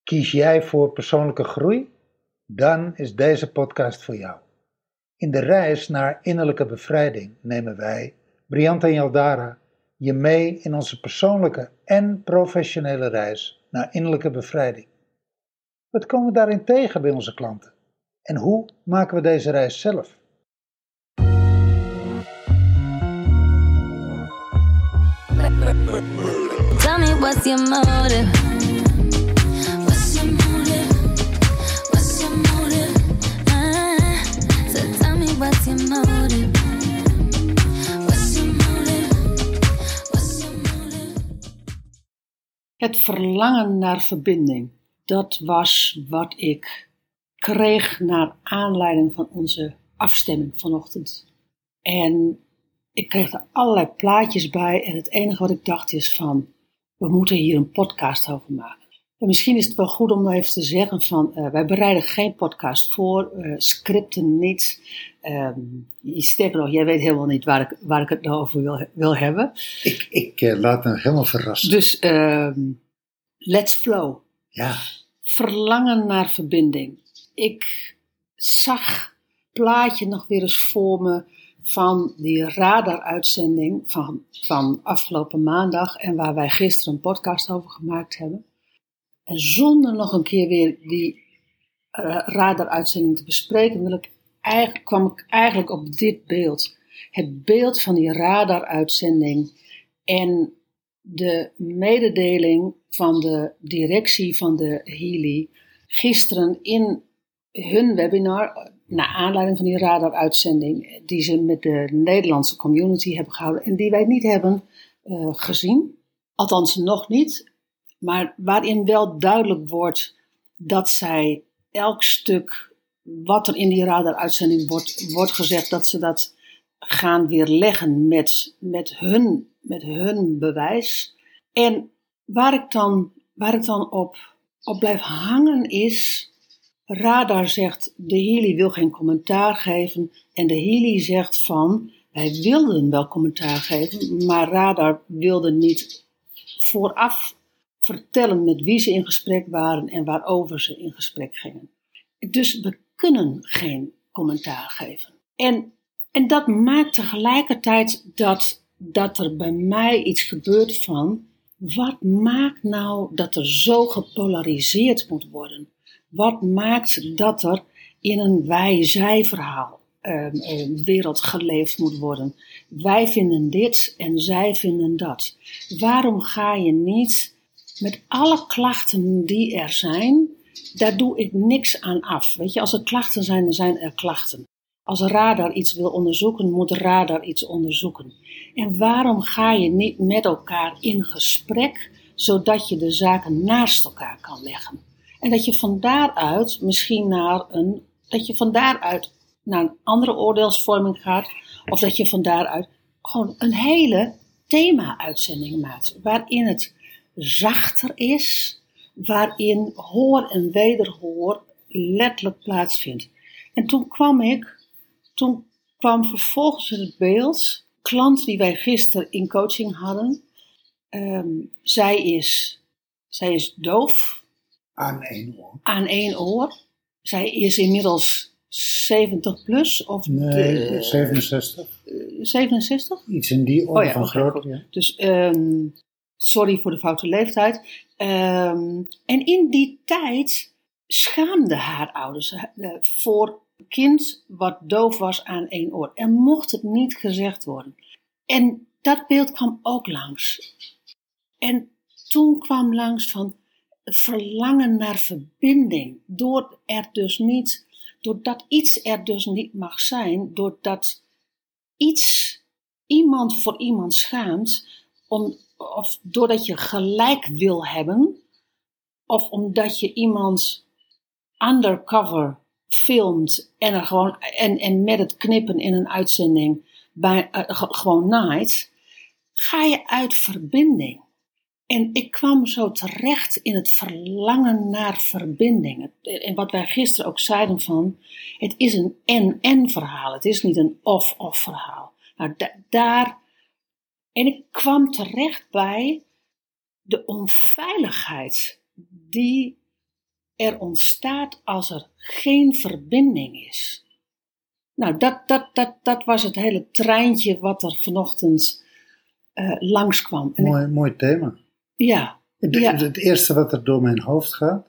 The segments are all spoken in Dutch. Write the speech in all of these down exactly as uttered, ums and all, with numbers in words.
Kies jij voor persoonlijke groei? Dan is deze podcast voor jou. In de reis naar innerlijke bevrijding nemen wij, Briant en Yaldara, je mee in onze persoonlijke en professionele reis naar innerlijke bevrijding. Wat komen we daarin tegen bij onze klanten? En hoe maken we deze reis zelf? Tell me what's your motive? What's your motive? What's your motive? Ah, so tell me what's your motive? What's your motive? What's your motive? Het verlangen naar verbinding, dat was wat ik kreeg naar aanleiding van onze afstemming vanochtend. En ik kreeg er allerlei plaatjes bij en het enige wat ik dacht is van, we moeten hier een podcast over maken. En misschien is het wel goed om nog even te zeggen van, uh, wij bereiden geen podcast voor, uh, scripten niet. Um, sterker nog, jij weet helemaal niet waar ik, waar ik het nou over wil, wil hebben. Ik, ik uh, laat me helemaal verrassen. Dus uh, let's flow. Ja. Verlangen naar verbinding. Ik zag het plaatje nog weer eens voor me van die radaruitzending van, van afgelopen maandag en waar wij gisteren een podcast over gemaakt hebben. En zonder nog een keer weer die uh, radaruitzending te bespreken, wil ik eigenlijk, kwam ik eigenlijk op dit beeld. Het beeld van die radaruitzending en de mededeling van de directie van de Healy gisteren in hun webinar, naar aanleiding van die radaruitzending die ze met de Nederlandse community hebben gehouden en die wij niet hebben uh, gezien. Althans nog niet, maar waarin wel duidelijk wordt dat zij elk stuk wat er in die radaruitzending wordt, wordt gezegd, dat ze dat gaan weerleggen met, met, hun, met hun bewijs. En waar ik dan, waar ik dan op, op blijf hangen is, Radar zegt, de Healy wil geen commentaar geven. En de Healy zegt van, wij wilden wel commentaar geven, maar Radar wilde niet vooraf vertellen met wie ze in gesprek waren en waarover ze in gesprek gingen. Dus we kunnen geen commentaar geven. En, en dat maakt tegelijkertijd dat, dat er bij mij iets gebeurt van, wat maakt nou dat er zo gepolariseerd moet worden? Wat maakt dat er in een wij-zij verhaal uh, uh, wereld geleefd moet worden? Wij vinden dit en zij vinden dat. Waarom ga je niet met alle klachten die er zijn, daar doe ik niks aan af. Weet je, als er klachten zijn, dan zijn er klachten. Als Radar iets wil onderzoeken, moet Radar iets onderzoeken. En waarom ga je niet met elkaar in gesprek, zodat je de zaken naast elkaar kan leggen? En dat je van daaruit misschien naar een, dat je van daaruit naar een andere oordeelsvorming gaat. Of dat je van daaruit gewoon een hele thema-uitzending maakt. Waarin het zachter is. Waarin hoor en wederhoor letterlijk plaatsvindt. En toen kwam ik, toen kwam vervolgens in het beeld, klant die wij gisteren in coaching hadden. Um, zij is, zij is doof. Aan één oor. Aan één oor. Zij is inmiddels zeventig plus. Of nee, de, zevenenzestig. Uh, zevenenzestig? Iets in die orde oh ja, van okay, grootte. Ja. Dus, um, sorry voor de foute leeftijd. Um, en in die tijd schaamden haar ouders uh, voor een kind wat doof was aan één oor. En mocht het niet gezegd worden. En dat beeld kwam ook langs. En toen kwam langs van het verlangen naar verbinding, door er dus niet, doordat iets er dus niet mag zijn, doordat iets iemand voor iemand schaamt, om, of doordat je gelijk wil hebben, of omdat je iemand undercover filmt en er gewoon en, en met het knippen in een uitzending bij, uh, gewoon naait, ga je uit verbinding. En ik kwam zo terecht in het verlangen naar verbinding. En wat wij gisteren ook zeiden van, het is een en-en verhaal. Het is niet een of-of verhaal. Nou, da- daar, en ik kwam terecht bij de onveiligheid die er ontstaat als er geen verbinding is. Nou, dat, dat, dat, dat was het hele treintje wat er vanochtend uh, langskwam. En Mooi, ik, mooi thema. ja, Het, ja. het eerste wat er door mijn hoofd gaat,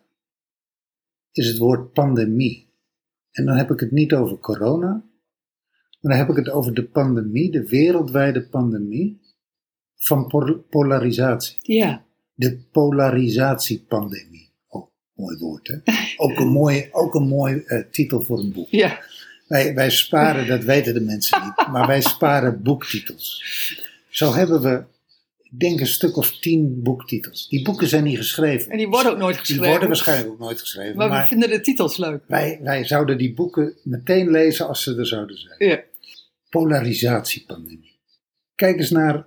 is het woord pandemie. En dan heb ik het niet over corona, maar dan heb ik het over de pandemie, de wereldwijde pandemie van pol- polarisatie. ja. De polarisatiepandemie. Oh, mooi woord, hè? Ook een mooi, ook een mooi uh, titel voor een boek. ja. Wij, wij sparen, dat weten de mensen niet, maar wij sparen boektitels. Zo hebben we, ik denk een stuk of tien boektitels. Die boeken zijn niet geschreven. En die worden ook nooit geschreven. Die worden waarschijnlijk ook nooit geschreven. Maar, Maar, we vinden de titels leuk. wij, wij zouden die boeken meteen lezen als ze er zouden zijn. Ja. Polarisatiepandemie. Kijk eens naar,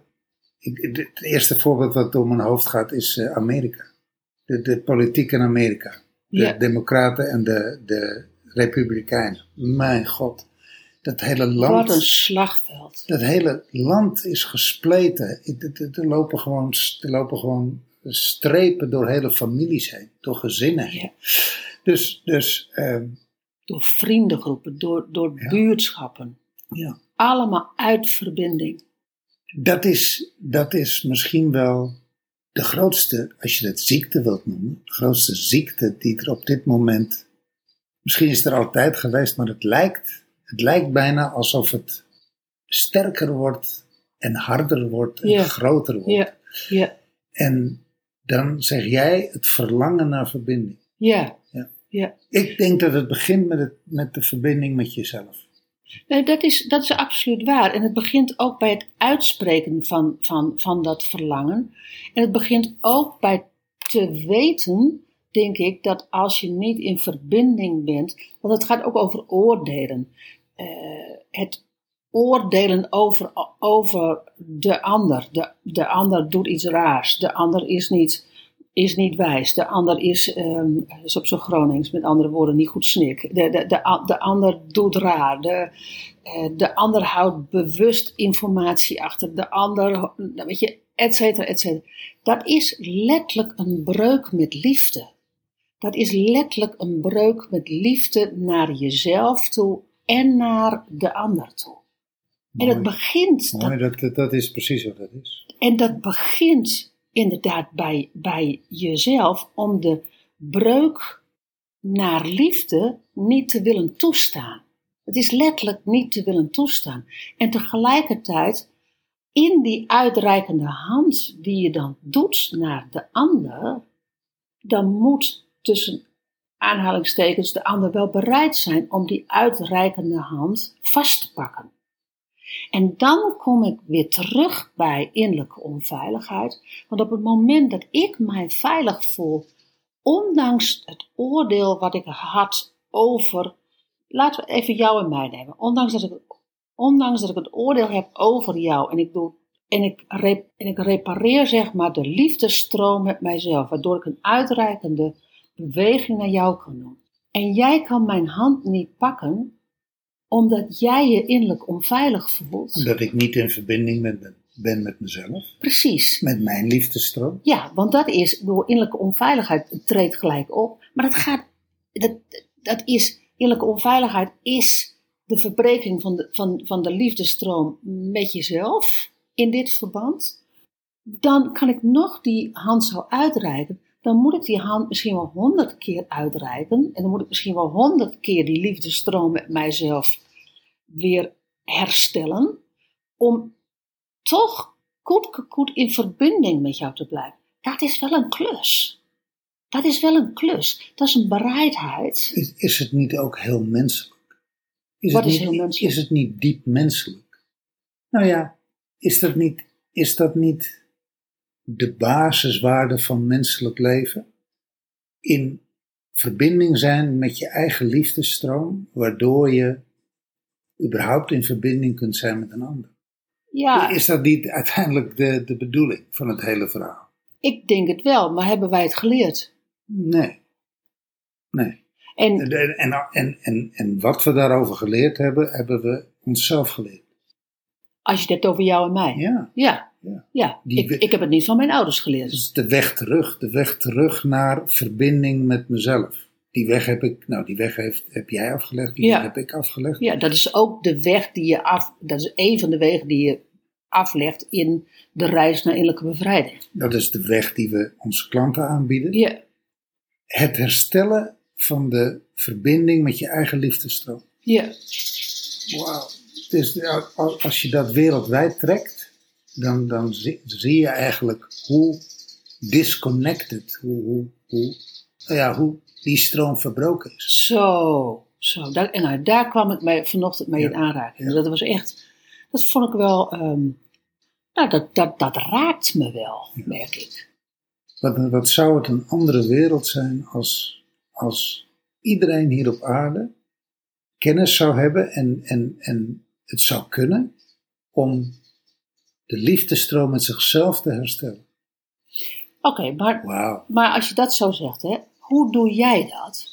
het eerste voorbeeld wat door mijn hoofd gaat is uh, Amerika. De, de politiek in Amerika. De Ja. democraten en de, de republikeinen. Mijn god. Dat hele land. Wat een slagveld. Dat hele land is gespleten. Er, er, er, lopen gewoon, er lopen gewoon strepen door hele families heen. Door gezinnen heen. Ja. Dus, dus uh, Door vriendengroepen, door, door Ja. buurtschappen. ja. Allemaal uit verbinding. Dat is, dat is misschien wel de grootste, als je dat ziekte wilt noemen, de grootste ziekte die er op dit moment, misschien is er altijd geweest, maar het lijkt, het lijkt bijna alsof het sterker wordt en harder wordt en Ja. groter wordt. Ja, ja, En dan zeg jij het verlangen naar verbinding. ja. Ja. ja. Ik denk dat het begint met, het, met de verbinding met jezelf. Nee, dat is, dat is absoluut waar. En het begint ook bij het uitspreken van, van, van dat verlangen. En het begint ook bij te weten, denk ik, dat als je niet in verbinding bent, want het gaat ook over oordelen. Uh, het oordelen over, over de ander. De, de ander doet iets raars. De ander is niet, is niet wijs. De ander is, um, is op zo'n Gronings, met andere woorden, niet goed snik. De, de, de, de ander doet raar. De, uh, de ander houdt bewust informatie achter. De ander, weet je, et cetera, et cetera. Dat is letterlijk een breuk met liefde. Dat is letterlijk een breuk met liefde naar jezelf toe en naar de ander toe. Mooi. En het begint... Mooi, dat, dat, dat is precies wat dat is. En dat begint inderdaad bij, bij jezelf om de breuk naar liefde niet te willen toestaan. Het is letterlijk niet te willen toestaan. En tegelijkertijd, in die uitreikende hand die je dan doet naar de ander, dan moet tussen aanhalingstekens de ander wel bereid zijn om die uitreikende hand vast te pakken. En dan kom ik weer terug bij innerlijke onveiligheid. Want op het moment dat ik mij veilig voel, ondanks het oordeel wat ik had over, laten we even jou en mij nemen. Ondanks dat ik, ondanks dat ik het oordeel heb over jou en ik, doe, en ik, rep, en ik repareer zeg maar de liefdesstroom met mijzelf, waardoor ik een uitreikende beweging naar jou kan doen. En jij kan mijn hand niet pakken, omdat jij je innerlijk onveilig voelt. Omdat ik niet in verbinding ben, ben met mezelf. Precies. Met mijn liefdesstroom. Ja, want dat is, door innerlijke onveiligheid treedt gelijk op. Maar dat gaat, dat, dat is, innerlijke onveiligheid is de verbreking van de, van, van de liefdesstroom met jezelf in dit verband. Dan kan ik nog die hand zo uitreiken. Dan moet ik die hand misschien wel honderd keer uitreiken. En dan moet ik misschien wel honderd keer die liefdesstroom met mijzelf weer herstellen. Om toch goed, goed in verbinding met jou te blijven. Dat is wel een klus. Dat is wel een klus. Dat is een bereidheid. Is, is het niet ook heel menselijk? Is Wat het is niet, heel menselijk? Is het niet diep menselijk? Nou ja, is dat niet, is dat niet de basiswaarde van menselijk leven? In verbinding zijn met je eigen liefdesstroom, waardoor je überhaupt in verbinding kunt zijn met een ander. Ja, Is dat niet uiteindelijk de, de bedoeling van het hele verhaal? ik denk het wel, maar hebben wij het geleerd? Nee. Nee. En En, en, en, en, en wat we daarover geleerd hebben, hebben we onszelf geleerd. als je het hebt over jou en mij. Ja. Ja, Ja. ja. Die Ik, we- ik heb het niet van mijn ouders geleerd. Dus de weg terug, de weg terug naar verbinding met mezelf. Die weg heb ik, nou die weg heeft, heb jij afgelegd, die Ja. weg heb ik afgelegd. Ja, dat is ook de weg die je af, dat is een van de wegen die je aflegt in de reis naar innerlijke bevrijding. Dat is de weg die we onze klanten aanbieden. Ja, Het herstellen van de verbinding met je eigen liefdesstroom. ja, Wauw. Dus ja, als je dat wereldwijd trekt, dan, dan zie, zie je eigenlijk hoe disconnected, hoe, hoe, hoe, nou ja, hoe die stroom verbroken is. zo, zo. Daar, en nou, daar kwam ik mee, vanochtend mee Ja. in aanraking. Ja. Dat was echt, dat vond ik wel, ehm, nou dat, dat, dat raakt me wel, merk ik. Wat, wat zou het een andere wereld zijn als, als iedereen hier op aarde kennis zou hebben en, en, en het zou kunnen om de liefdesstroom met zichzelf te herstellen. Oké, maar, Wauw. maar als je dat zo zegt, hè, hoe doe jij dat?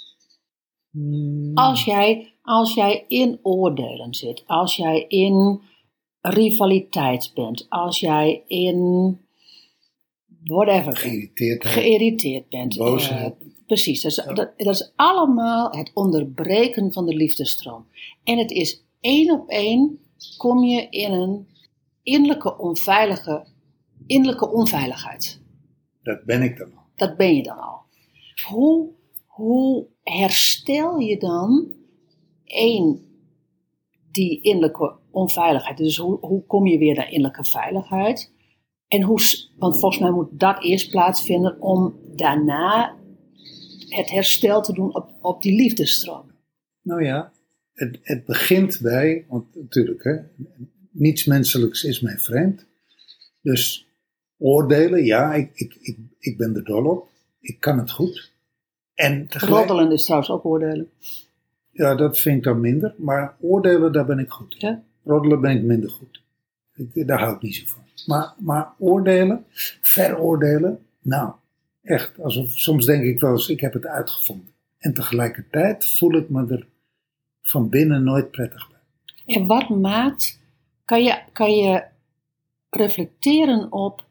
Hmm. Als jij, als jij in oordelen zit, als jij in rivaliteit bent, als jij in whatever bent, Geïrriteerdheid. geïrriteerd bent. Boosheid. eh, precies, dat is, dat, dat is allemaal het onderbreken van de liefdesstroom. En het is één op één kom je in een innerlijke onveilige, innerlijke onveiligheid. Dat ben ik dan al. Dat ben je dan al. Hoe, hoe herstel je dan één, die innerlijke onveiligheid? Dus hoe, hoe kom je weer naar innerlijke veiligheid? En hoe, s- want volgens mij moet dat eerst plaatsvinden om daarna het herstel te doen op, op die liefdesstroom. Nou ja, het, het begint bij, want natuurlijk, hè, niets menselijks is mij vreemd. Dus oordelen, ja, ik, ik, ik, ik ben er dol op. Ik kan het goed. En tegelijk, Roddelen is trouwens ook oordelen. ja, dat vind ik dan minder. Maar oordelen, daar ben ik goed in. Ja? Roddelen ben ik minder goed. Ik, daar hou ik niet zo van. Maar, maar oordelen, veroordelen, nou, echt. Alsof, soms denk ik wel eens, ik heb het uitgevonden. En tegelijkertijd voel ik me er van binnen nooit prettig bij. En wat maakt, kan je, kan je reflecteren op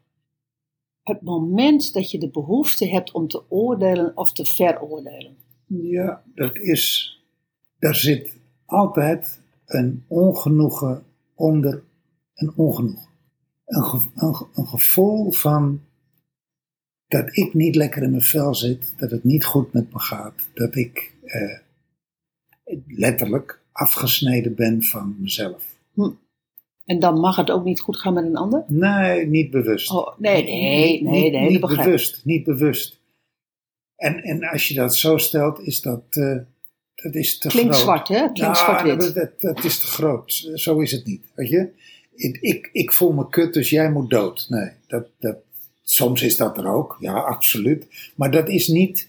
het moment dat je de behoefte hebt om te oordelen of te veroordelen? Ja, dat is, daar zit altijd een ongenoegen onder een ongenoegen. Een, ge, een, een gevoel van dat ik niet lekker in mijn vel zit, dat het niet goed met me gaat, dat ik eh, letterlijk afgesneden ben van mezelf. Hm. En dan mag het ook niet goed gaan met een ander? Nee, niet bewust. Oh, nee, nee, nee, niet, nee, niet dat begrijp ik. bewust, niet bewust. En, en als je dat zo stelt, is dat, uh, dat is te Klinkt groot. zwart, hè? Klinkt Ja, zwart-wit. dat, dat, dat is te groot. Zo is het niet, weet je. Ik, ik, ik voel me kut, dus jij moet dood. Nee, dat, dat, soms is dat er ook, ja, absoluut. Maar dat is niet,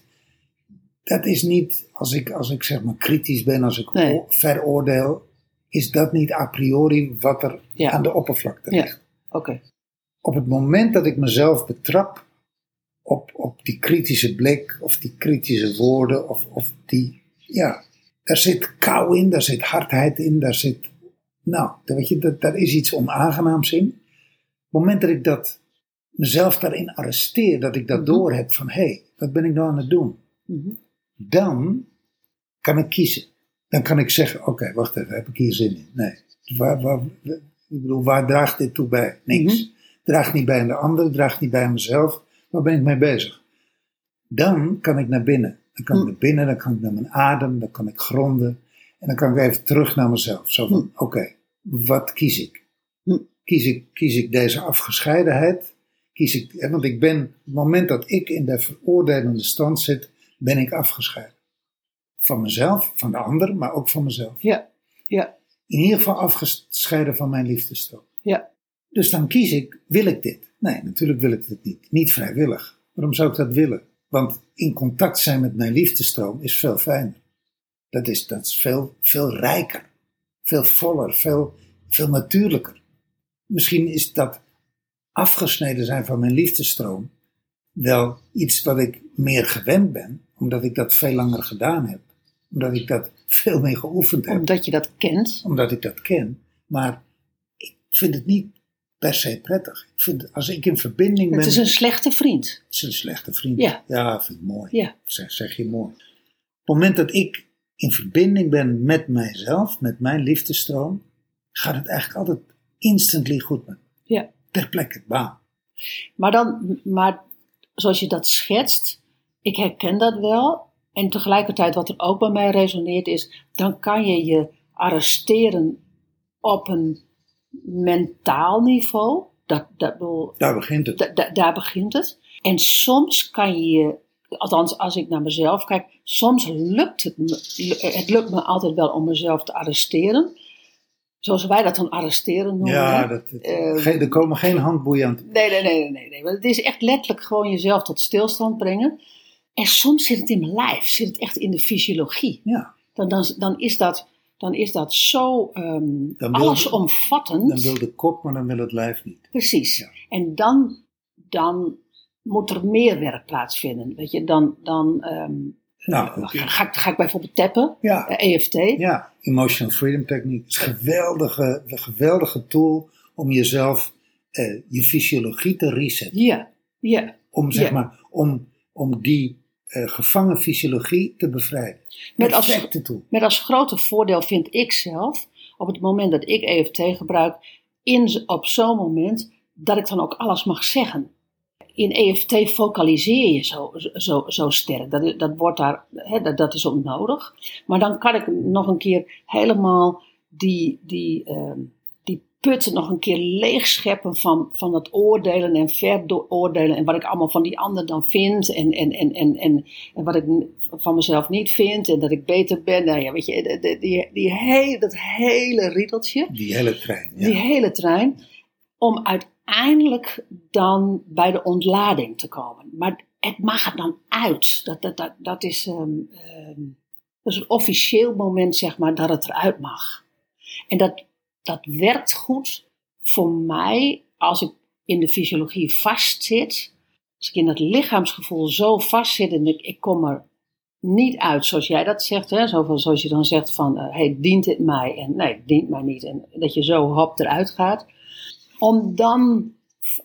dat is niet, als ik, als ik zeg maar kritisch ben, als ik Nee. o- veroordeel, is dat niet a priori wat er Ja. aan de oppervlakte Ja. ligt. Oké. Op het moment dat ik mezelf betrap op, op die kritische blik of die kritische woorden of, of die, ja, daar zit kou in, daar zit hardheid in, daar zit, nou, weet je, dat, daar is iets onaangenaams in. Op het moment dat ik dat, mezelf daarin arresteer, dat ik dat Mhm. doorheb van, hé, hey, wat ben ik nou aan het doen? Mhm. Dan kan ik kiezen. Dan kan ik zeggen, oké, okay, wacht even, heb ik hier zin in? Nee. Waar, waar, ik bedoel, waar draagt dit toe bij? Niks. Mhm. Draagt niet bij aan de ander, draagt niet bij aan mezelf. Waar ben ik mee bezig? Dan kan ik naar binnen. Dan kan ik Hm. naar binnen, dan kan ik naar mijn adem, dan kan ik gronden. En dan kan ik even terug naar mezelf. Zo van, Hm. oké, wat kies ik? Hm. Kies ik? Kies ik deze afgescheidenheid? Kies ik, hè, want ik ben, op het moment dat ik in de veroordelende stand zit, ben ik afgescheiden. Van mezelf, van de ander, maar ook van mezelf. Ja. Ja. In ieder geval afgescheiden van mijn liefdesstroom. Ja. Dus dan kies ik, wil ik dit? Nee, natuurlijk wil ik dit niet. Niet vrijwillig. Waarom zou ik dat willen? Want in contact zijn met mijn liefdesstroom is veel fijner. Dat is, dat is veel, veel rijker. Veel voller, veel, veel natuurlijker. Misschien is dat afgesneden zijn van mijn liefdesstroom wel iets wat ik meer gewend ben, omdat ik dat veel langer gedaan heb. Omdat ik dat veel meer geoefend heb. Omdat je dat kent. Omdat ik dat ken. Maar ik vind het niet per se prettig. Ik vind, als ik in verbinding ben... Het is een slechte vriend. Het is een slechte vriend. Ja. Ja, vind ik mooi. Ja. Zeg, zeg je mooi. het moment dat ik in verbinding ben met mijzelf, met mijn liefdesstroom, gaat het eigenlijk altijd instantly goed met me. Ja. Ter plekke, bam. Maar dan, maar zoals je dat schetst, ik herken dat wel. En tegelijkertijd wat er ook bij mij resoneert is, dan kan je je arresteren op een mentaal niveau. Dat, dat, bedoel, Daar begint het. da, da, daar begint het. En soms kan je je, althans als ik naar mezelf kijk, soms lukt het me, het lukt me altijd wel om mezelf te arresteren. Zoals wij dat dan arresteren noemen. Ja, dat, dat, Uh, geen, er komen geen handboeien aan te. Nee, nee, nee, nee, nee. Want het is echt letterlijk gewoon jezelf tot stilstand brengen. En soms zit het in mijn lijf, zit het echt in de fysiologie. Ja. Dan, dan, dan, is, dat, dan is dat zo um, Dan wil- allesomvattend. Dan wil de kop, maar dan wil het lijf niet. Precies. Ja. En dan, dan moet er meer werk plaatsvinden. Weet je, dan, dan um, Nou, ga, ga, ik- ga ik bijvoorbeeld tappen, Ja. uh, E F T. Ja, Emotional Freedom Technique is een geweldige, een geweldige tool om jezelf, eh, je fysiologie te resetten. Ja, ja. Om, zeg Ja. maar, om, om die eh, gevangen fysiologie te bevrijden. Met als- Perfecte tool. Met als grote voordeel vind ik zelf, op het moment dat ik E F T gebruik, in, z- op zo'n moment, dat ik dan ook alles mag zeggen. In E F T focaliseer je zo, zo, zo sterk. Dat, is- dat, wordt daar, hè, dat, dat is ook nodig. Maar dan kan ik nog een keer helemaal die, die, ehm, die put nog een keer leegscheppen van, van het oordelen en veroordelen. En wat ik allemaal van die ander dan vind. En, en, en, en, en, en wat ik van mezelf niet vind. En dat ik beter ben. Nou ja, weet je, die, die, die, die hele, dat hele riedeltje. Die hele trein. Ja. Die hele trein, om uiteindelijk dan bij de ontlading te komen. Maar het mag er dan uit. Dat, dat, dat, dat, is, um, um, dat is een officieel moment, zeg maar, dat het eruit mag. En dat, dat werkt goed voor mij als ik in de fysiologie vastzit. Als ik in dat lichaamsgevoel zo vastzit en ik, ik kom er niet uit zoals jij dat zegt. Hè? Zo, zoals je dan zegt van, uh, hey, dient het mij? En nee, het dient mij niet. En dat je zo hop eruit gaat. Om dan,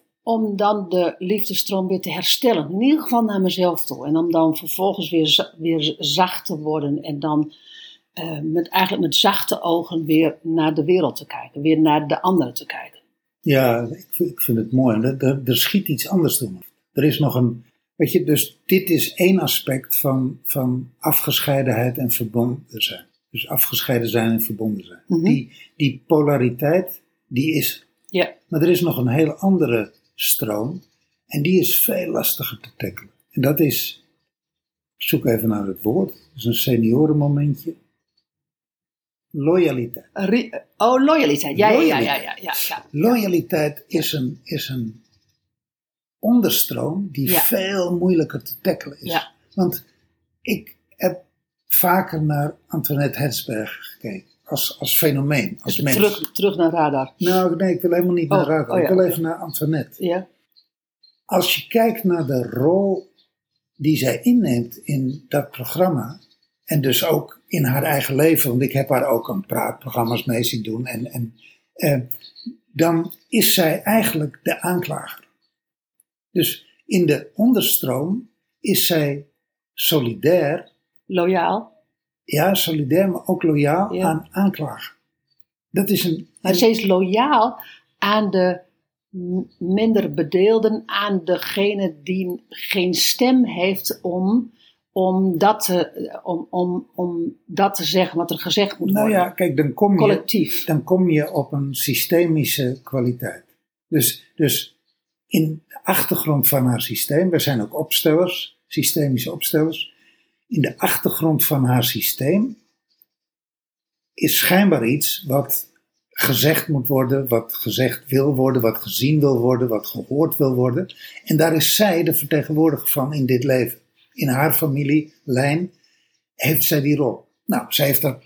om dan de liefdesstroom weer te herstellen. In ieder geval naar mezelf toe. En om dan vervolgens weer, za- weer zacht te worden. En dan uh, met, eigenlijk met zachte ogen weer naar de wereld te kijken. Weer naar de anderen te kijken. Ja, ik, vind- ik vind het mooi. Er, er, er schiet iets anders door. Er is nog een, weet je, dus dit is één aspect van, van afgescheidenheid en verbonden zijn. Dus afgescheiden zijn en verbonden zijn. Mhm. Die, die polariteit, die is. Ja, Maar er is nog een hele andere stroom. En die is veel lastiger te tackelen. En dat is, ik zoek even naar het woord. Dat is een seniorenmomentje. Loyaliteit. Ri- oh, loyaliteit. Ja, ja, ja, ja, Loyaliteit. ja, ja, ja. Loyaliteit is een, is een onderstroom die Ja. veel moeilijker te tackelen is. Ja. Want ik heb vaker naar Antoinette Hensberg gekeken. Als, als fenomeen, als Dus mens. terug, terug naar radar. Nou, nee, ik wil helemaal niet naar Oh, Radar. oh ja, ik wil oké. even naar Antoinette. Ja, Als je kijkt naar de rol die zij inneemt in dat programma. En dus ook in haar eigen leven. Want ik heb haar ook aan praatprogramma's mee zien doen. En, en eh, dan is zij eigenlijk de aanklager. Dus in de onderstroom is zij solidair. loyaal. Ja, solidair, maar ook loyaal Ja. aan aanklager. Dat is een... Maar ze is loyaal aan de m- minder bedeelden, aan degene die geen stem heeft om, om, dat, te, om, om, om dat te zeggen wat er gezegd moet Nou worden. ja, kijk, dan kom je... Collectief. dan kom je op een systemische kwaliteit. Dus, dus in de achtergrond van haar systeem, we zijn ook opstellers, systemische opstellers. In de achtergrond van haar systeem is schijnbaar iets wat gezegd moet worden, wat gezegd wil worden, wat gezien wil worden, wat gehoord wil worden. En daar is zij de vertegenwoordiger van in dit leven. In haar familielijn heeft zij die rol. Nou, zij heeft dat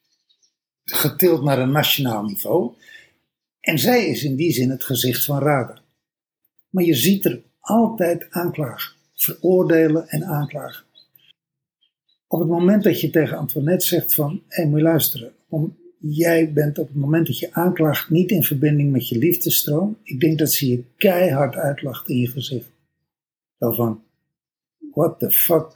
getild naar een nationaal niveau. En zij is in die zin het gezicht van Radar. Maar je ziet er altijd aanklagen. Veroordelen en aanklagen. Op het moment dat je tegen Antoinette zegt van, hé, hey, moet je luisteren. Om, jij bent op het moment dat je aanklaagt niet in verbinding met je liefdesstroom. Ik denk dat ze je keihard uitlacht in je gezicht. Zo van, what the fuck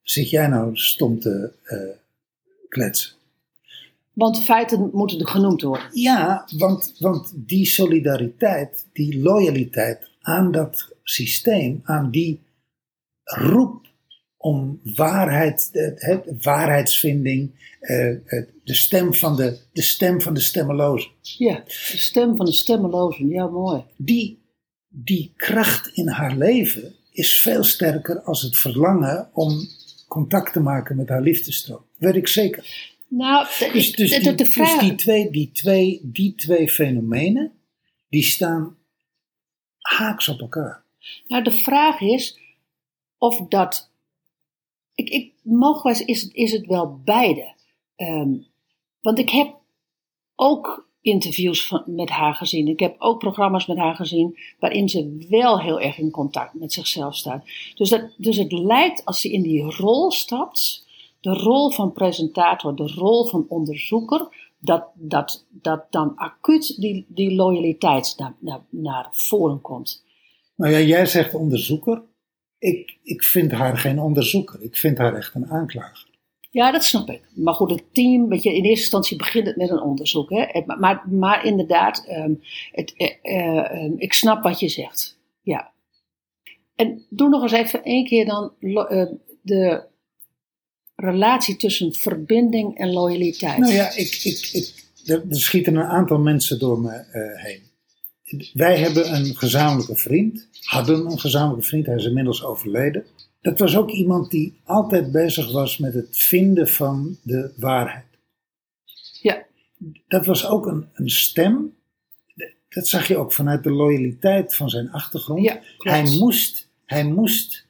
zit jij nou stom te uh, kletsen? Want feiten moeten er genoemd worden. Ja, want, want die solidariteit, die loyaliteit aan dat systeem, aan die roep om waarheid, de, de waarheidsvinding, uh, de, stem van de, de stem van de stemmelozen. Ja, de stem van de stemmelozen, ja mooi. Die, die kracht in haar leven is veel sterker als het verlangen om contact te maken met haar liefdesstroom. Weet ik zeker. Nou, de, dus, dus, de, die, de, de vraag... dus die, twee, die, twee, die twee fenomenen, die staan haaks op elkaar. Nou, de vraag is of dat... Ik, ik, mogelijk is het, is het wel beide. Um, want ik heb ook interviews van, met haar gezien. Ik heb ook programma's met haar gezien waarin ze wel heel erg in contact met zichzelf staat. Dus, dat, dus het lijkt als ze in die rol stapt, de rol van presentator, de rol van onderzoeker, dat, dat, dat dan acuut die, die loyaliteit naar, naar, naar voren komt. Nou ja, jij zegt onderzoeker. Ik, ik vind haar geen onderzoeker. Ik vind haar echt een aanklager. Ja, dat snap ik. Maar goed, het team, weet je, in eerste instantie begint het met een onderzoek. Hè? Maar, maar, maar inderdaad, um, het, uh, uh, um, ik snap wat je zegt. Ja. En doe nog eens even één keer dan uh, de relatie tussen verbinding en loyaliteit. Nou ja, ik, ik, ik, er, er schieten een aantal mensen door me uh, heen. Wij hebben een gezamenlijke vriend, hadden een gezamenlijke vriend, hij is inmiddels overleden. Dat was ook iemand die altijd bezig was met het vinden van de waarheid. Ja. Dat was ook een, een stem, dat zag je ook vanuit de loyaliteit van zijn achtergrond. Ja, hij, moest, hij moest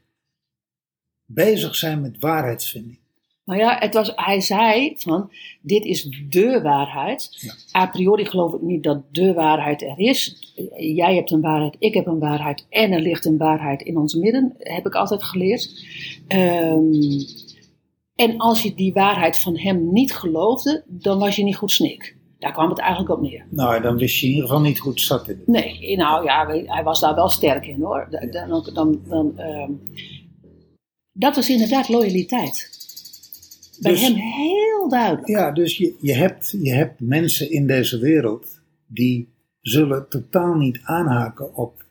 bezig zijn met waarheidsvinding. Nou ja, het was, hij zei van, dit is dé waarheid. Ja. A priori geloof ik niet dat dé waarheid er is. Jij hebt een waarheid, ik heb een waarheid en er ligt een waarheid in ons midden, heb ik altijd geleerd. Um, en als je die waarheid van hem niet geloofde, dan was je niet goed snik. Daar kwam het eigenlijk op neer. Nou, dan wist je in ieder geval niet hoe het zat in het. Nee, nou ja, hij was daar wel sterk in hoor. Dan, dan, dan, dan, um, dat was inderdaad loyaliteit. Bij dus, hem heel duidelijk. Ja, dus je, je, hebt, je hebt mensen in deze wereld die zullen totaal niet aanhaken op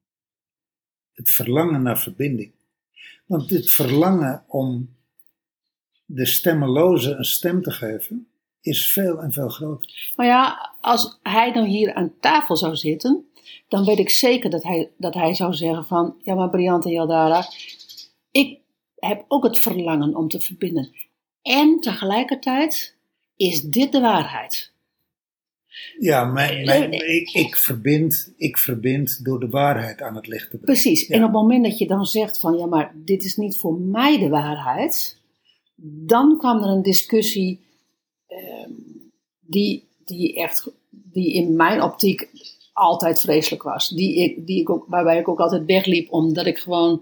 het verlangen naar verbinding. Want het verlangen om de stemmelozen een stem te geven is veel en veel groter. Maar ja, als hij dan hier aan tafel zou zitten, dan weet ik zeker dat hij, dat hij zou zeggen van, ja maar Briante Yaldara, ik heb ook het verlangen om te verbinden. En tegelijkertijd is dit de waarheid. Ja, mijn, mijn, ik, ik, verbind, ik verbind door de waarheid aan het licht te brengen. Precies. Ja. En op het moment dat je dan zegt van, ja maar dit is niet voor mij de waarheid, dan kwam er een discussie uh, die, die, echt, die in mijn optiek altijd vreselijk was. Die ik, die ik ook, waarbij ik ook altijd wegliep, omdat ik gewoon...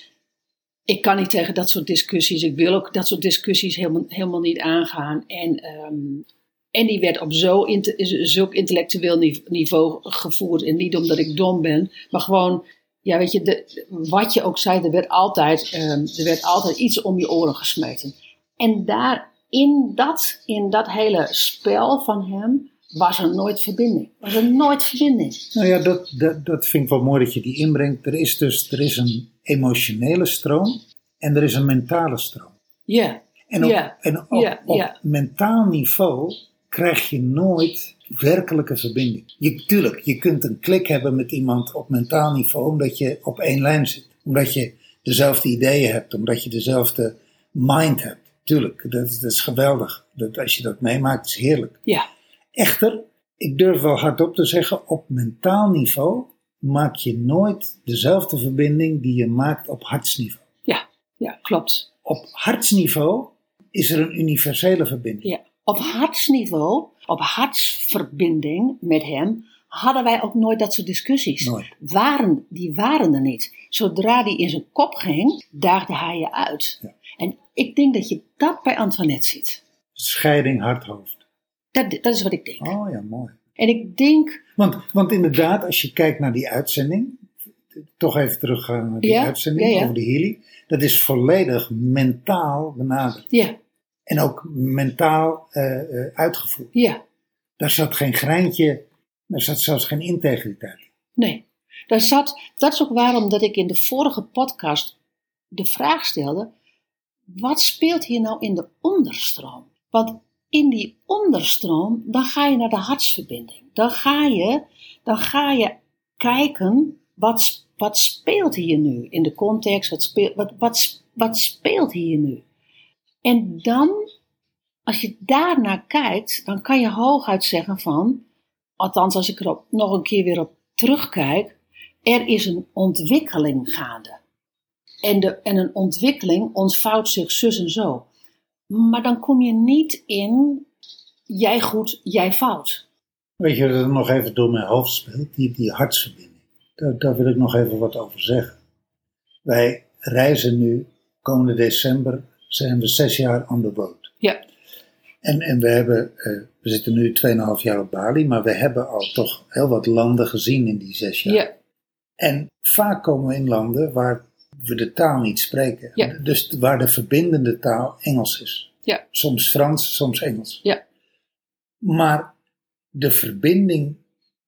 Ik kan niet tegen dat soort discussies. Ik wil ook dat soort discussies helemaal, helemaal niet aangaan. En, um, en die werd op zo inter, zulk intellectueel niveau gevoerd. En niet omdat ik dom ben. Maar gewoon, ja weet je, de, wat je ook zei, er werd, altijd, um, er werd altijd iets om je oren gesmeten. En daar, in dat, in dat hele spel van hem, was er nooit verbinding. Was er nooit verbinding. Nou ja, dat, dat, dat vind ik wel mooi dat je die inbrengt. Er is dus er is een emotionele stroom en er is een mentale stroom. Ja. Yeah. En op, yeah. en op, yeah. op yeah. mentaal niveau krijg je nooit werkelijke verbinding. Je, tuurlijk, je kunt een klik hebben met iemand op mentaal niveau omdat je op één lijn zit. Omdat je dezelfde ideeën hebt, omdat je dezelfde mind hebt. Tuurlijk, dat, dat is geweldig. Dat, als je dat meemaakt, is heerlijk. Ja. Echter, ik durf wel hardop te zeggen, op mentaal niveau maak je nooit dezelfde verbinding die je maakt op hartsniveau. Ja, ja, klopt. Op hartsniveau is er een universele verbinding. Ja, op hartsniveau, op hartsverbinding met hem, hadden wij ook nooit dat soort discussies. Nooit. Waren, die waren er niet. Zodra die in zijn kop ging, daagde hij je uit. Ja. En ik denk dat je dat bij Antoinette ziet. Scheiding hart-hoofd. Dat, dat is wat ik denk. Oh ja, mooi. En ik denk... Want, want inderdaad, als je kijkt naar die uitzending, toch even teruggaan naar die Ja, uitzending ja, ja. over de Healy. Dat is volledig mentaal benaderd. Ja, En ook mentaal uh, uh, uitgevoerd. ja, Daar zat geen greintje, daar zat zelfs geen integriteit. nee. Daar zat, dat is ook waarom dat ik in de vorige podcast de vraag stelde, wat speelt hier nou in de onderstroom? Want in die onderstroom, dan ga je naar de hartsverbinding. Dan ga je, dan ga je kijken, wat, wat speelt hier nu in de context? Wat speelt, wat, wat, wat speelt hier nu? En dan, als je daarnaar kijkt, dan kan je hooguit zeggen van, althans als ik er op, nog een keer weer op terugkijk, er is een ontwikkeling gaande. En, de, en een ontwikkeling ontvouwt zich zus en zo. Maar dan kom je niet in, jij goed, jij fout. Weet je dat er nog even door mijn hoofd speelt? Die, die hartsverbinding. Daar, daar wil ik nog even wat over zeggen. Wij reizen nu, komende december, zijn we zes jaar on the road. Ja. En, en we hebben, uh, we zitten nu tweeënhalf jaar op Bali, maar we hebben al toch heel wat landen gezien in die zes jaar. Ja. En vaak komen we in landen waar we de taal niet spreken. Ja. Dus waar de verbindende taal Engels is. Ja. Soms Frans, soms Engels. Ja. Maar de verbinding,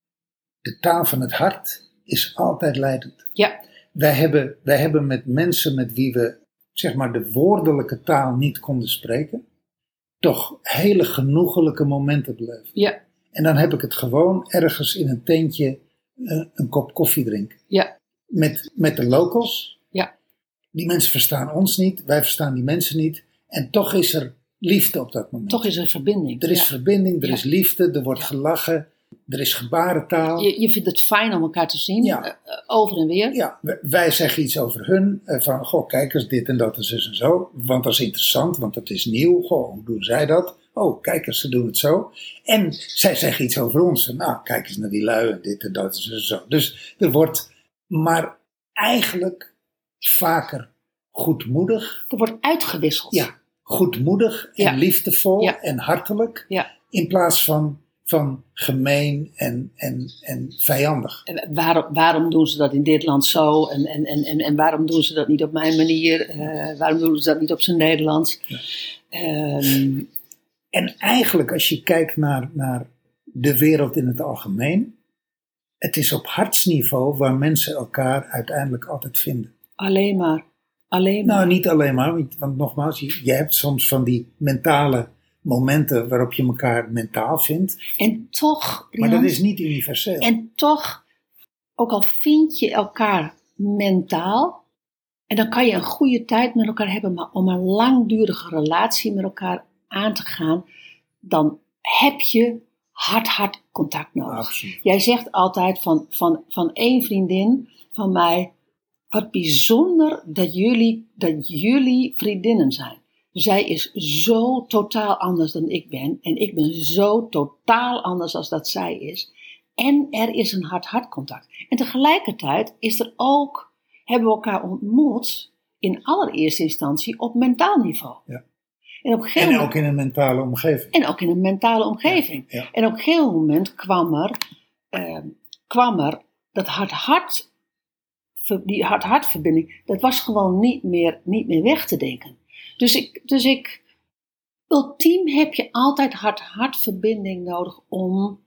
de taal van het hart, is altijd leidend. Ja. Wij hebben, wij hebben met mensen met wie we, zeg maar, de woordelijke taal niet konden spreken, toch hele genoegelijke momenten beleven. Ja. En dan heb ik het gewoon ergens in een tentje uh, een kop koffie drinken. Ja. Met, met de locals. Ja. Die mensen verstaan ons niet, wij verstaan die mensen niet. En toch is er liefde op dat moment. Toch is er verbinding. Er is ja. verbinding, er Ja. is liefde, er wordt Ja. gelachen, er is gebarentaal. Je, je vindt het fijn om elkaar te zien, Ja. uh, over en weer. Ja, w- wij zeggen iets over hun, uh, van goh, kijk eens dit en dat en zo en zo. Want dat is interessant, want dat is nieuw. Goh, hoe doen zij dat? Oh, kijk eens, ze doen het zo. En zij zeggen iets over ons. Van, nou, kijk eens naar die lui en dit en dat en zo en zo. Dus er wordt, maar eigenlijk vaker goedmoedig. Er wordt uitgewisseld. Ja, goedmoedig en Ja. liefdevol Ja. en hartelijk. Ja. In plaats van, van gemeen en, en, en vijandig. En waarom, waarom doen ze dat in dit land zo? En, en, en, en, en waarom doen ze dat niet op mijn manier? Uh, waarom doen ze dat niet op zijn Nederlands? Ja. Um, En eigenlijk als je kijkt naar, naar de wereld in het algemeen, het is op hartsniveau waar mensen elkaar uiteindelijk altijd vinden. alleen maar. Alleen maar. Nou, niet alleen maar, want, want nogmaals, je, je hebt soms van die mentale momenten waarop je elkaar mentaal vindt, En toch, maar dat Rian, is niet universeel. en toch, ook al vind je elkaar mentaal, en dan kan je een goede tijd met elkaar hebben, maar om een langdurige relatie met elkaar aan te gaan, dan heb je hard-hard contact nodig. Absoluut. Jij zegt altijd van, van, van één vriendin van mij, wat bijzonder dat jullie, dat jullie vriendinnen zijn. Zij is zo totaal anders dan ik ben. En ik ben zo totaal anders als dat zij is. En er is een hard-hard contact. En tegelijkertijd is er ook, hebben we elkaar ontmoet, in allereerste instantie op mentaal niveau. Ja. En, op een gegeven En moment, ook in een mentale omgeving. en ook in een mentale omgeving. Ja, ja. En op een gegeven moment kwam er, eh, kwam er dat hard-hard, die hard-hard verbinding, dat was gewoon niet meer, niet meer weg te denken. Dus ik, dus ik, ultiem heb je altijd hard-hard verbinding nodig om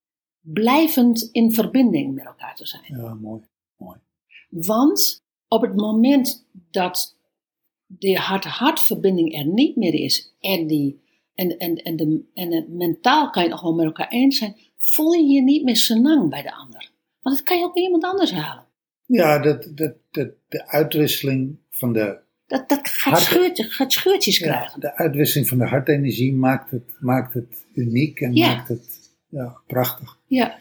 blijvend in verbinding met elkaar te zijn. Ja, mooi. mooi. Want op het moment dat de hart-hart verbinding er niet meer is en, die, en, en, en, de, en het mentaal kan je nog wel met elkaar eens zijn, voel je je niet meer senang bij de ander. Want dat kan je ook bij iemand anders halen. Ja, dat, dat, dat, de uitwisseling van de, Dat, dat gaat, Hart- scheurtje, gaat scheurtjes ja, krijgen. de uitwisseling van de hartenergie maakt het, maakt het uniek en Ja. maakt het ja, prachtig. Ja.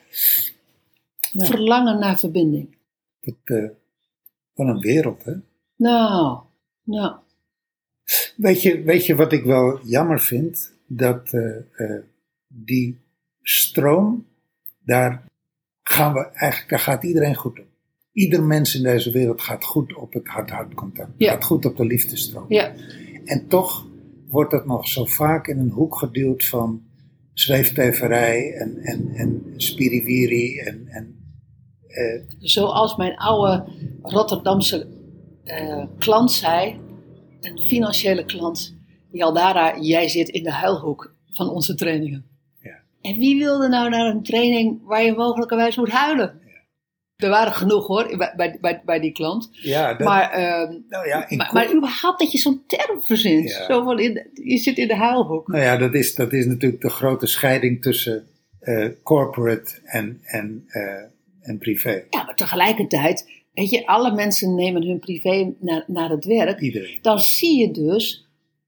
Ja. Verlangen naar verbinding. Het, uh, van een wereld, hè. Nou, nou. Weet je, weet je wat ik wel jammer vind? Dat uh, uh, die stroom, daar gaan we eigenlijk, daar gaat iedereen goed op. Ieder mens in deze wereld gaat goed op het hart-hart contact. Ja. Gaat goed op de liefdestroom. Ja, En toch wordt dat nog zo vaak in een hoek geduwd van zweefteverij en, en, en spiriwiri en, en Uh, Zoals mijn oude Rotterdamse uh, klant zei, een financiële klant, Yaldara, jij zit in de huilhoek van onze trainingen. Ja. En wie wilde nou naar een training waar je mogelijkerwijs moet huilen? Ja. Er waren genoeg hoor, bij, bij, bij, bij die klant. Ja, dat, maar, uh, nou ja, maar, ko- maar überhaupt dat je zo'n term verzint. Ja. Zo van in de, je zit in de huilhoek. Nou ja, dat is, dat is natuurlijk de grote scheiding tussen uh, corporate en, en, uh, en privé. Ja, maar tegelijkertijd, weet je, alle mensen nemen hun privé naar, naar het werk. Iedereen. Dan zie je dus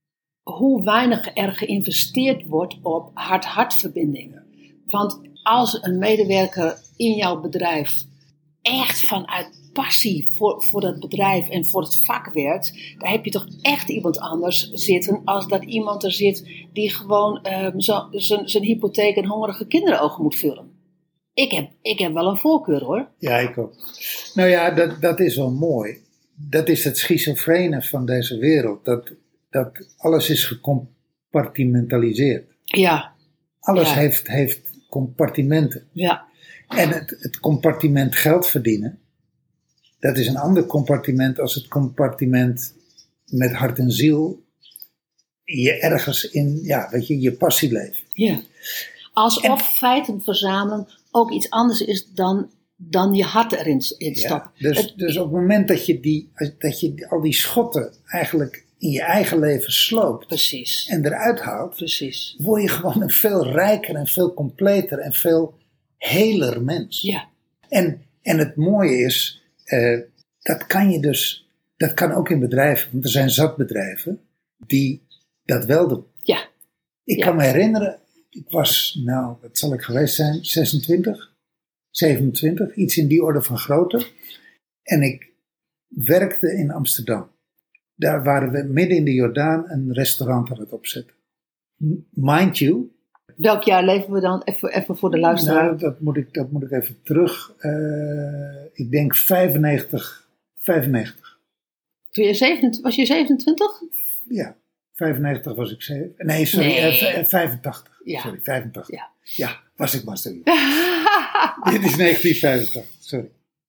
hoe weinig er geïnvesteerd wordt op hart-hart verbinding. Ja. Want als een medewerker in jouw bedrijf echt vanuit passie voor, voor dat bedrijf en voor het vak werkt, dan heb je toch echt iemand anders zitten als dat iemand er zit die gewoon um, zijn hypotheek en hongerige kinderogen moet vullen. Ik heb, ik heb wel een voorkeur hoor. Ja, ik ook. Nou ja, dat, dat is wel mooi. Dat is het schizofrene van deze wereld. Dat, dat alles is gecompartimentaliseerd. Ja. Alles ja. heeft, heeft compartimenten. Ja. En het, het compartiment geld verdienen, dat is een ander compartiment als het compartiment met hart en ziel je ergens in, ja, weet je, je passie leeft. Ja. Alsof en, feiten verzamelen ook iets anders is dan, dan je hart erin in stappen. Ja, dus, het, dus op het moment dat je, die, dat je al die schotten eigenlijk in je eigen leven sloopt. Precies. En eruit haalt. Precies. Word je gewoon een veel rijker en veel completer en veel heler mens. Ja. En, en het mooie is, uh, dat kan je dus, dat kan ook in bedrijven. Want er zijn zat bedrijven die dat wel doen. Ja. Ik ja. kan me herinneren, ik was, nou, wat zal ik geweest zijn, zesentwintig, zevenentwintig, iets in die orde van grootte. En ik werkte in Amsterdam. Daar waren we midden in de Jordaan een restaurant aan het opzetten. Mind you. Welk jaar leven we dan? Even, even voor de luisteraar. Nou, dat moet ik, dat moet ik even terug. Uh, ik denk vijfennegentig. vijfennegentig. Toen je zevenentwintig, was je zevenentwintig? Ja, vijfennegentig was ik zeven. Nee, sorry, nee. Uh, vijfentachtig. Ja. Sorry, vijfentachtig. Ja, ja was ik maar stil. Dit is negentien vijfentachtig, sorry.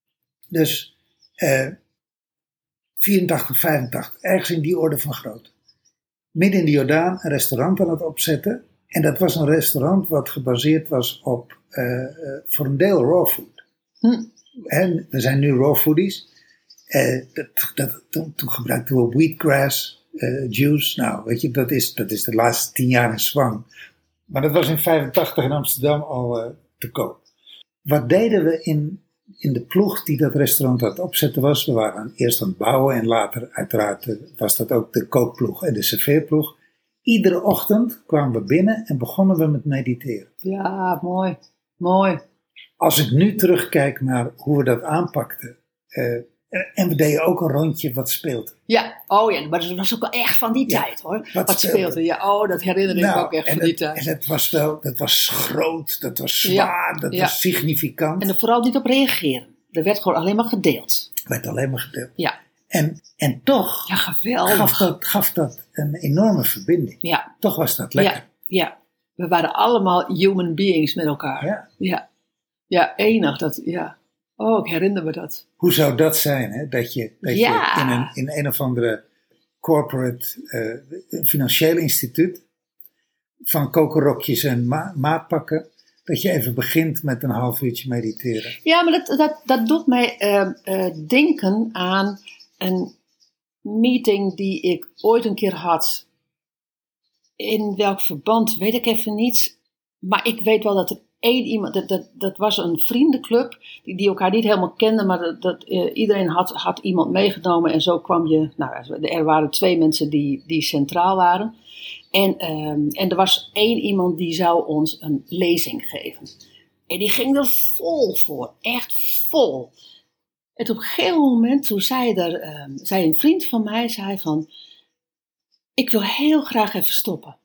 Dus uh, vierentachtig, vijfentachtig, ergens in die orde van grootte. Midden in de Jordaan een restaurant aan het opzetten. En dat was een restaurant wat gebaseerd was op, uh, uh, voor een deel raw food. Hm. En we zijn nu raw foodies. Uh, dat, dat, toen, toen gebruikten we wheatgrass uh, juice. Nou, weet je, dat is, dat is de laatste tien jaar in zwang. Maar dat was in vijfentachtig in Amsterdam al uh, te koop. Wat deden we in, in de ploeg die dat restaurant aan het opzetten was? We waren eerst aan het bouwen en later uiteraard uh, was dat ook de kookploeg en de serveerploeg. Iedere ochtend kwamen we binnen en begonnen we met mediteren. Ja, mooi. Mooi. Als ik nu terugkijk naar hoe we dat aanpakten. Uh, en we deden ook een rondje wat speelt. Ja, oh ja, maar dat was ook wel echt van die ja, tijd hoor. Wat, wat speelde. speelde. Ja, oh, dat herinner ik nou, me ook echt van het, die tijd. En het was wel, dat was groot, dat was zwaar, ja, dat ja. was significant. En er vooral niet op reageren. Er werd gewoon alleen maar gedeeld. Er werd alleen maar gedeeld. Ja. En, en toch ja, geweldig. Gaf, dat, gaf dat een enorme verbinding. Ja. Toch was dat lekker. Ja, ja. We waren allemaal human beings met elkaar. Ja. Ja, ja enig. Dat, ja. Oh, ik herinner me dat. Hoe zou dat zijn, hè? Dat je, dat ja. je in, een, in een of andere corporate, uh, financieel instituut, van kokerrokjes en ma- maatpakken, dat je even begint met een half uurtje mediteren. Ja, maar dat, dat, dat doet mij uh, uh, denken aan een meeting die ik ooit een keer had. In welk verband, weet ik even niet. Maar ik weet wel dat er één iemand, dat, dat, dat was een vriendenclub, die, die elkaar niet helemaal kenden, maar dat, dat, uh, iedereen had, had iemand meegenomen en zo kwam je, nou, er waren twee mensen die, die centraal waren. En, um, en er was één iemand die zou ons een lezing geven. En die ging er vol voor, echt vol. En op een gegeven moment, toen zei, er, um, zei een vriend van mij, zei van, ik wil heel graag even stoppen.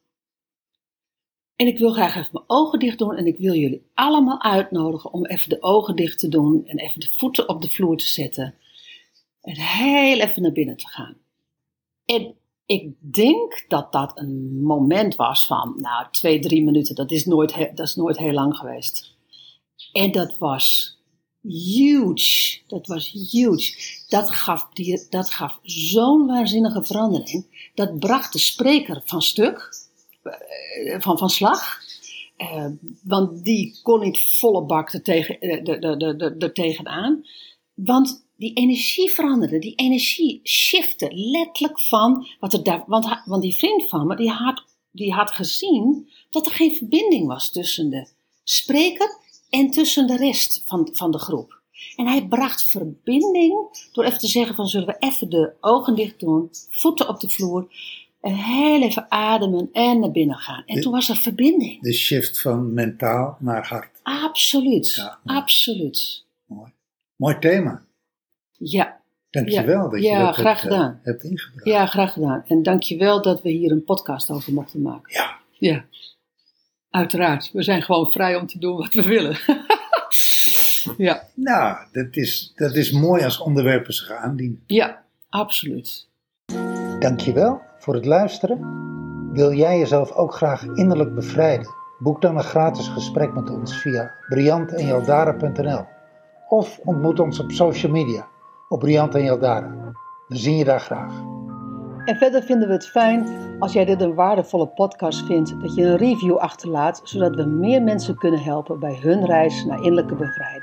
En ik wil graag even mijn ogen dicht doen en ik wil jullie allemaal uitnodigen om even de ogen dicht te doen en even de voeten op de vloer te zetten. En heel even naar binnen te gaan. En ik denk dat dat een moment was van, nou, twee, drie minuten. Dat is nooit, he- dat is nooit heel lang geweest. En dat was huge. Dat was huge. Dat gaf, die, dat gaf zo'n waanzinnige verandering. Dat bracht de spreker van stuk, van, van slag. Uh, want die kon niet volle bak er, tegen, er, er, er, er, er tegenaan. Want die energie veranderde. Die energie shifte letterlijk van... Wat er daar, want, want die vriend van me, die had, die had gezien... dat er geen verbinding was tussen de spreker... en tussen de rest van, van de groep. En hij bracht verbinding... door even te zeggen van... zullen we even de ogen dicht doen... voeten op de vloer... en heel even ademen en naar binnen gaan. En de, toen was er verbinding. De shift van mentaal naar hart. Absoluut, ja, absoluut. Mooi. Mooi thema. Ja. Dankjewel ja. dat je ja, dat graag hebt, gedaan. Uh, hebt ingebracht. Ja, graag gedaan. En dankjewel dat we hier een podcast over mochten maken. Ja. Ja. Uiteraard. We zijn gewoon vrij om te doen wat we willen. Ja. Nou, dat is, dat is mooi als onderwerpen zich aandienen. Ja, absoluut. Dankjewel voor het luisteren. Wil jij jezelf ook graag innerlijk bevrijden? Boek dan een gratis gesprek met ons via briant en jaldara punt n l of ontmoet ons op social media op Briant en Jaldara. We zien je daar graag. En verder vinden we het fijn als jij dit een waardevolle podcast vindt, dat je een review achterlaat, zodat we meer mensen kunnen helpen bij hun reis naar innerlijke bevrijding.